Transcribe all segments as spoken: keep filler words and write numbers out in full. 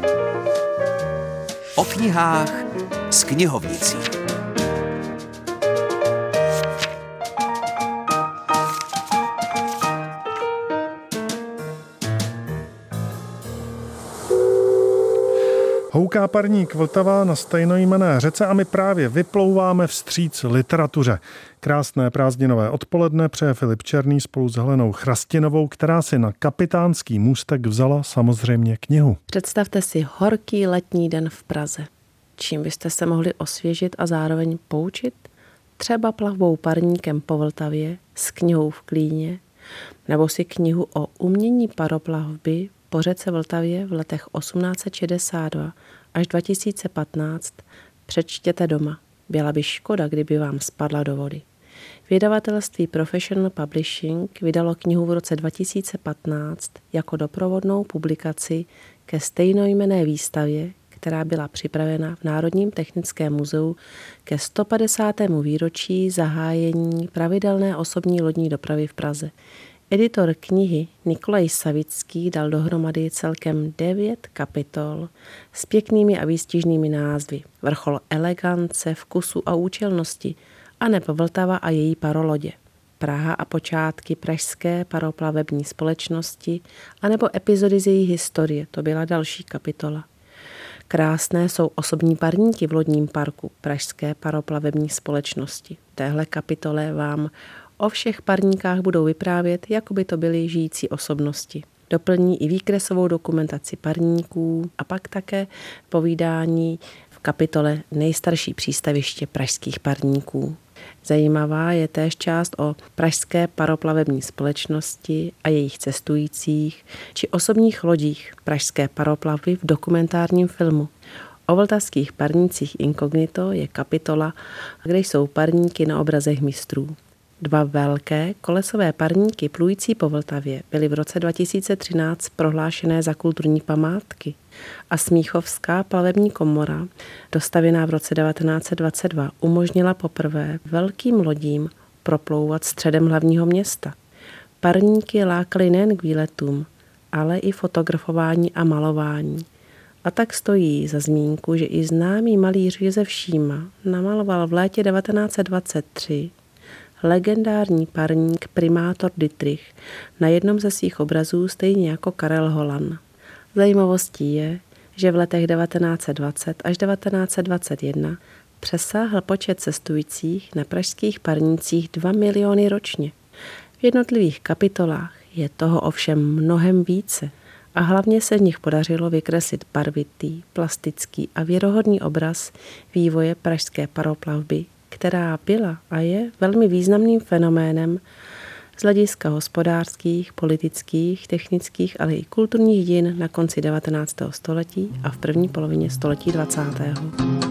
O knihách s knihovnicí. Houká parník Vltava na stejnojmenné řece a my právě vyplouváme vstříc literatuře. Krásné prázdninové odpoledne přeje Filip Černý spolu s Helenou Chrastinovou, která si na Kapitánský můstek vzala samozřejmě knihu. Představte si horký letní den v Praze. Čím byste se mohli osvěžit a zároveň poučit? Třeba plavbou parníkem po Vltavě s knihou v klíně, nebo si knihu o umění paroplavby po řece Vltavě v letech osmnáct set šedesát dva až dva tisíce patnáct přečtěte doma. Byla by škoda, kdyby vám spadla do vody. Vydavatelství Professional Publishing vydalo knihu v roce dva tisíce patnáct jako doprovodnou publikaci ke stejnojmenné výstavě, která byla připravena v Národním technickém muzeu ke sto padesátému výročí zahájení pravidelné osobní lodní dopravy v Praze. Editor knihy Nikolaj Savický dal dohromady celkem devět kapitol s pěknými a výstižnými názvy. Vrchol elegance, vkusu a účelnosti, anebo Vltava a její parolodě. Praha a počátky pražské paroplavební společnosti, anebo epizody z její historie, to byla další kapitola. Krásné jsou osobní parníky v lodním parku pražské paroplavební společnosti. V téhle kapitole vám o všech parníkách budou vyprávět, jako by to byly žijící osobnosti. Doplní i výkresovou dokumentaci parníků a pak také povídání v kapitole Nejstarší přístaviště pražských parníků. Zajímavá je též část o pražské paroplavební společnosti a jejich cestujících či osobních lodích pražské paroplavby v dokumentárním filmu. O vltavských parnících inkognito je kapitola, kde jsou parníky na obrazech mistrů. Dva velké kolesové parníky plující po Vltavě byly v roce dva tisíce třináct prohlášené za kulturní památky a Smíchovská plavební komora, dostavěná v roce devatenáct set dvacet dva, umožnila poprvé velkým lodím proplouvat středem hlavního města. Parníky lákaly nejen k výletům, ale i fotografování a malování. A tak stojí za zmínku, že i známý malíř Josef Šíma namaloval v létě devatenáct set dvacet tři legendární parník primátor Dittrich na jednom ze svých obrazů stejně jako Karel Holan. Zajímavostí je, že v letech devatenáct set dvacet až devatenáct set dvacet jedna přesáhl počet cestujících na pražských parnících dva miliony ročně. V jednotlivých kapitolách je toho ovšem mnohem více a hlavně se v nich podařilo vykreslit barvitý, plastický a věrohodný obraz vývoje pražské paroplavby, která byla a je velmi významným fenoménem z hlediska hospodářských, politických, technických, ale i kulturních dějin na konci devatenáctého století a v první polovině století dvacátého.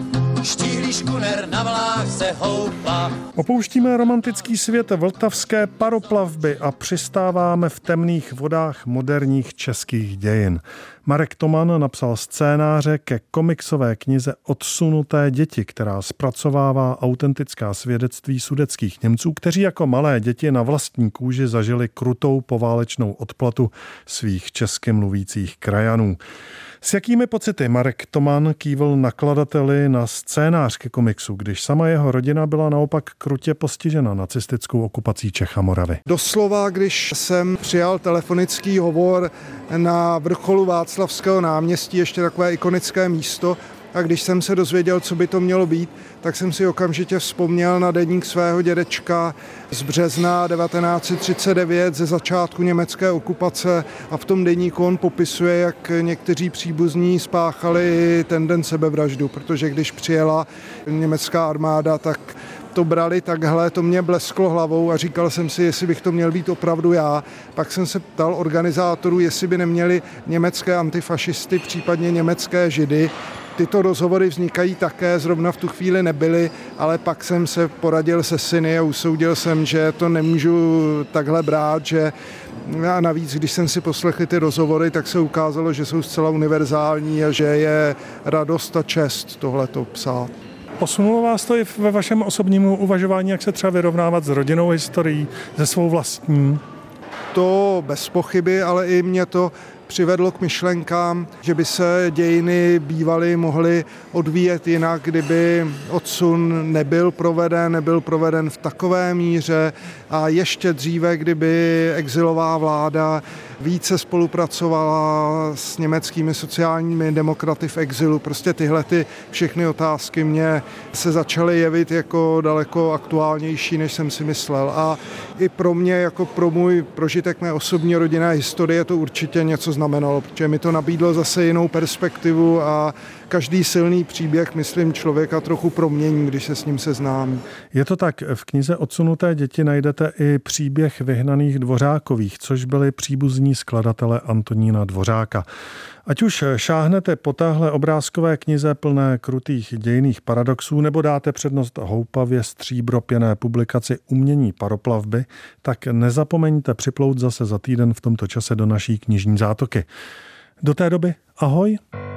Opouštíme romantický svět vltavské paroplavby a přistáváme v temných vodách moderních českých dějin. Marek Toman napsal scénáře ke komiksové knize Odsunuté děti, která zpracovává autentická svědectví sudetských Němců, kteří jako malé děti na vlastní kůži zažili krutou poválečnou odplatu svých česky mluvících krajanů. S jakými pocity Marek Toman kývl nakladateli na scénář ke komiksu, když sama jeho rodina byla naopak krutě postižena nacistickou okupací Čech a Moravy? Doslova, když jsem přijal telefonický hovor na vrcholu Václavského náměstí, ještě takové ikonické místo, a když jsem se dozvěděl, co by to mělo být, tak jsem si okamžitě vzpomněl na deník svého dědečka z března devatenáct set třicet devět, ze začátku německé okupace, a v tom deníku on popisuje, jak někteří příbuzní spáchali ten den sebevraždu, protože když přijela německá armáda, tak to brali takhle, to mě blesklo hlavou a říkal jsem si, jestli bych to měl být opravdu já. Pak jsem se ptal organizátorů, jestli by neměli německé antifašisty, případně německé židy. Tyto rozhovory vznikají také, zrovna v tu chvíli nebyly, ale pak jsem se poradil se syny a usoudil jsem, že to nemůžu takhle brát, že a navíc, když jsem si poslechl ty rozhovory, tak se ukázalo, že jsou zcela univerzální a že je radost a čest tohleto psát. Posunulo vás to i ve vašem osobním uvažování, jak se třeba vyrovnávat s rodinnou historií, se svou vlastní? To bez pochyby, ale i mě to přivedlo k myšlenkám, že by se dějiny bývaly mohly odvíjet jinak, kdyby odsun nebyl proveden, nebyl proveden v takové míře a ještě dříve, kdyby exilová vláda více spolupracovala s německými sociálními demokraty v exilu. Prostě tyhle ty všechny otázky mě se začaly jevit jako daleko aktuálnější, než jsem si myslel. A i pro mě, jako pro můj prožitek mé osobní rodinné historie, to určitě něco znamenalo, protože mi to nabídlo zase jinou perspektivu a každý silný příběh, myslím, člověka trochu promění, když se s ním seznámí. Je to tak, v knize Odsunuté děti najdete i příběh vyhnaných Dvořákových, což byli příbuzní skladatele Antonína Dvořáka. Ať už šáhnete po téhle obrázkové knize plné krutých dějinných paradoxů nebo dáte přednost houpavě stříbropěné publikaci Umění paroplavby, tak nezapomeňte připlout zase za týden v tomto čase do naší knižní zátoky. Do té doby ahoj.